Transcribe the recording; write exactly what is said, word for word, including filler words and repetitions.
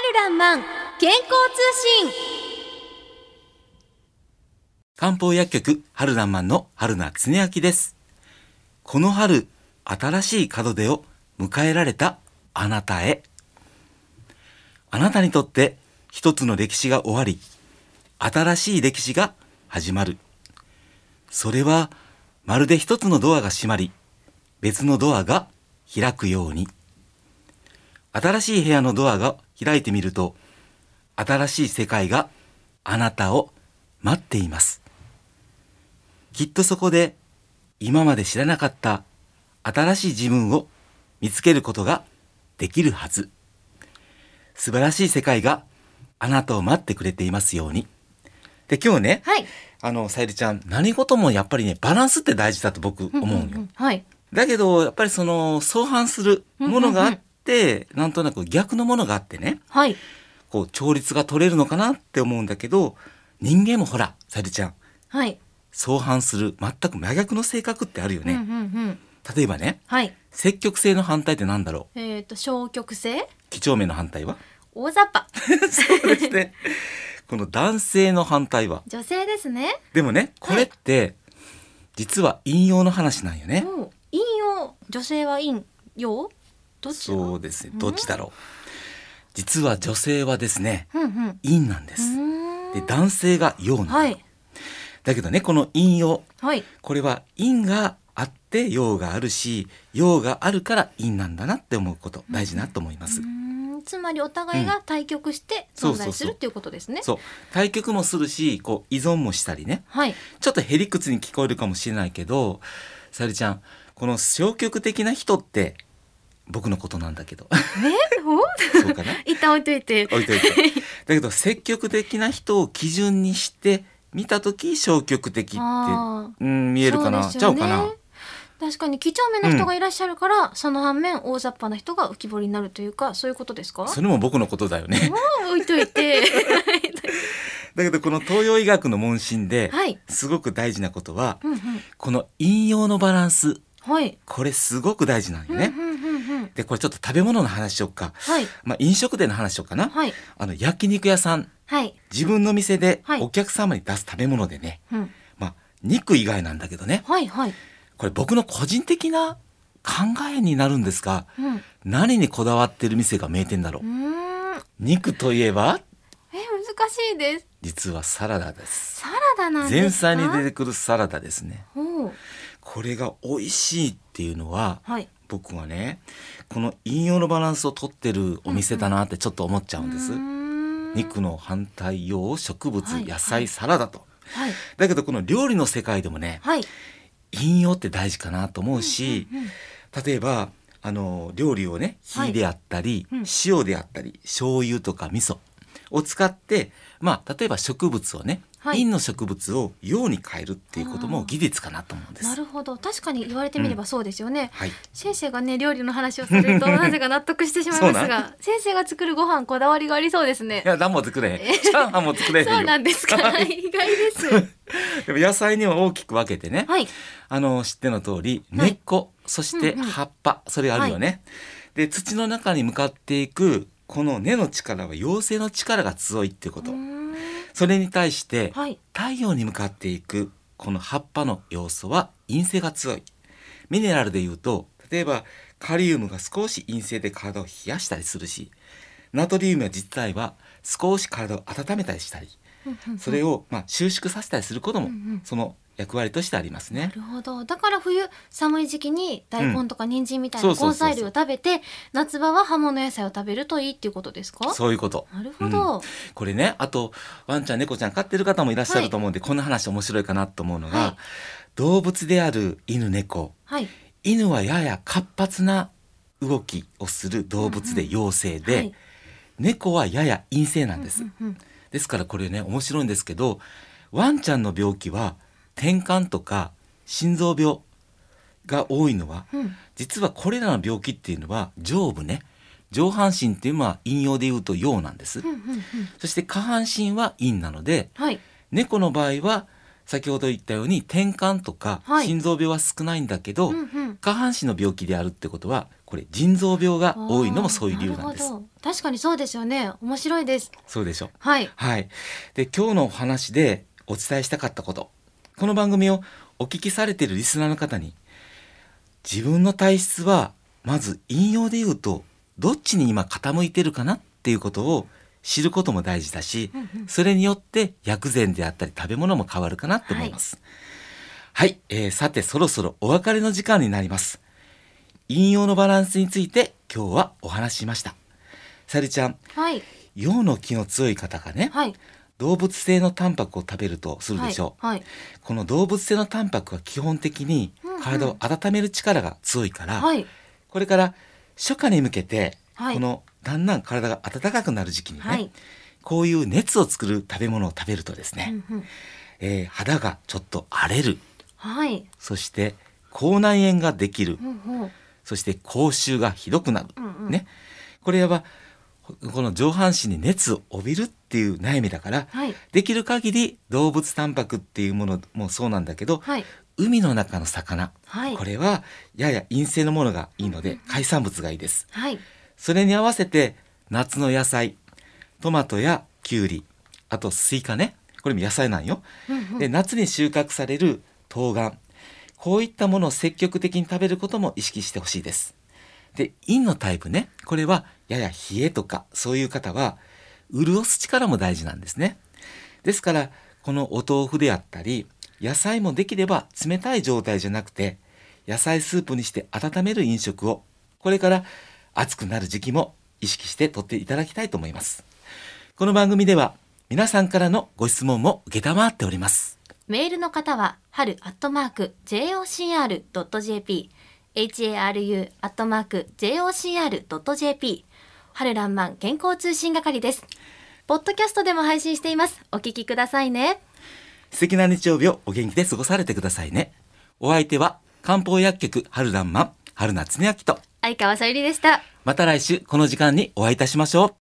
るらんまん健康通信。 漢方薬局春らんまんの春名恒明です。この春、新しい門出を迎えられたあなたへ。あなたにとって一つの歴史が終わり、新しい歴史が始まる。それはまるで一つのドアが閉まり、別のドアが開くように。新しい部屋のドアが開いてみると、新しい世界があなたを待っています。きっとそこで今まで知らなかった新しい自分を見つけることができるはず。素晴らしい世界があなたを待ってくれていますように。で、今日ね、 はい。 あのさゆりちゃん、何事もやっぱりね、バランスって大事だと僕思うよ。 んんんはい。 だけどやっぱりその相反するものがあって、なんとなく逆のものがあってね、 はい。 こう調律が取れるのかなって思うんだけど、人間もほらさゆりちゃん、 はい。 相反する全く真逆の性格ってあるよね。 うんうんうん。 例えばね、 はい。 積極性の反対ってなんだろう。 えっ、と消極性、 几帳面の反対は大雑把、 そうですね。この男性の反対は、 女性ですね。 でもね、これって実は引用の話なんよね。 もう陰陽、女性は陰陽、どっちだ？ そうですね。どっちだろう。実は女性はですね、 うんうん陰なんです。 うーんで、男性が陽なの。 はいだけどね、この陰陽、 はい。 これは陰があって陽があるし、陽があるから陰なんだなって思うこと大事なと思います。 うーんつまりお互いが対極して存在するっていうことですね。 そう、対極もするし、こう依存もしたりね。 はい。 ちょっとへりくつに聞こえるかもしれないけど、さゆりちゃん、この消極的な人って僕のことなんだけどえおそうかな一旦置いといて。 置いといて。だけど積極的な人を基準にして見たとき、消極的ってあーうん見えるかな、 そうですよねちゃうかな。 確かに几帳面な人がいらっしゃるから、その反面大雑把な人が浮き彫りになるというか、そういうことですか？ それも僕のことだよね。 もう置いといてだけどこの東洋医学の問診ではいすごく大事なことは、 うんうんこの陰陽のバランス、 はいこれすごく大事なんよね。 うんうんうんうんで、これちょっと食べ物の話しよっか。 はいまあ飲食店の話しようかな。 はいあの焼肉屋さん、 はい自分の店ではいお客様に出す食べ物でね、 うんまあ肉以外なんだけどね、 はいはいこれ僕の個人的な考えになるんですが、 うん何にこだわってる店が名店だろう。 うーん肉といえばえ難しいです。 実はサラダです。 サラダなん前ですか？ 菜に出てくるサラダですね。 ほうこれが美味しいっていうのは、 はい僕はね、この陰陽のバランスをとってるお店だなってちょっと思っちゃうんです。 うーん肉の反対用植物、 はい野菜、サラダと。 はいだけどこの料理の世界でもね、 はい陰陽って大事かなと思うし、 うんうん例えばあの料理をね、 はい火であったり、 うん塩であったり、醤油とか味噌を使って、まあ例えば植物をね、 はい陰の植物を陽に変えるっていうことも技術かなと思うんです。 なるほど、確かに言われてみればそうですよね。 はい。 先生がね料理の話をされるとなぜか納得してしまいますそうなが、先生が作るご飯こだわりがありそうですねい。や、何も作れへん。 えチャーハンも作れへんよ。 そうなんですか。意外です。 でも野菜には大きく分けてね、 はいあの知っての通りはい根っこ、そしてうんうん葉っぱ、それあるよね。で、土の中に向かっていくこの根の力は陽性の力が強いっていうことうー。んそれに対してはい太陽に向かっていくこの葉っぱの要素は陰性が強い。ミネラルでいうと、例えばカリウムが少し陰性で体を冷やしたりするし、ナトリウムは実際は少し体を温めたりしたり、それををまあ収縮させたりすることもうんうんその役割としてありますなね。 るほど。だから冬寒い時期に大根とか人参みたいうんなそうそうそうそう根菜類を食べて、夏場は葉物野菜を食べるといいっていうことですか？ そういうこと。 なるほど、 うんこれね、あとワンちゃん猫ちゃん飼ってる方もいらっしゃると思うんで、こんな話面白いかなと思うのが、 はい動物である犬猫、 はい犬はやや活発な動きをする動物で陽性で、 はい猫はやや陰性なんです。 うんうんですからこれね、面白いんですけど、ワンちゃんの病気は転換とか心臓病が多いのは、 うん実はこれらの病気っていうのは上部ね、上半身っていうのは陰陽でいうと陽なんです。 うんうんうんそして下半身は陰なので、 はい猫の場合は先ほど言ったように転換とかはい心臓病は少ないんだけど、 うんうん下半身の病気であるってことはこれ腎臓病が多いのもそういう理由なんです。 あーるほど確かにそうですよね。面白いです。 そうでしょ。 はい。 はい。で今日のお話でお伝えしたかったこと、この番組をお聞きされているリスナーの方に、自分の体質はまず引用で言うとどっちに今傾いてるかなっていうことを知ることも大事だし、 うんうんそれによって薬膳であったり食べ物も変わるかなと思います。はい、えーさてそろそろお別れの時間になります。引用のバランスについて今日はお話ししました。さゆりちゃん、 はい。 陽の気の強い方がね、 はい。 動物性のタンパクを食べるとするでしょう。 はい。 この動物性のタンパクは基本的に体を温める力が強いから、 はい。 これから初夏に向けて、 はいこのだんだん体が温かくなる時期にね、 はい。 こういう熱を作る食べ物を食べるとですね、 うんうんえー肌がちょっと荒れる、 はい。 そして口内炎ができる、 うんうんそして口臭がひどくなる、 うんうんね、これはこの上半身に熱を帯びるっていう悩みだから、 はい。 できる限り動物タンパクっていうものもそうなんだけど、 はい。 海の中の魚、 はい。 これはやや陰性のものがいいので海産物がいいです。 はい。 それに合わせて夏の野菜、トマトやキュウリ、あとスイカね、これも野菜なんよ。 うんうんで夏に収穫される冬瓜、こういったものを積極的に食べることも意識してほしいです。で陰のタイプね、これはやや冷えとかそういう方は潤す力も大事なんですね。ですからこのお豆腐であったり野菜もできれば冷たい状態じゃなくて野菜スープにして温める飲食を、これから暑くなる時期も意識してとっていただきたいと思います。この番組では皆さんからのご質問も受けたまわっております。 メールの方は春アットマーク ジェイオーシーアールドットジェーピー haru アットマーク ジェイオーシーアールドットジェーピー 春らんまん健康通信係です。ポッドキャストでも配信しています。お聞きくださいね。 素敵な日曜日をお元気で過ごされてくださいね。お相手は漢方薬局春らんまん春名恒明と、 相川さゆりでした。 また来週この時間にお会いいたしましょう。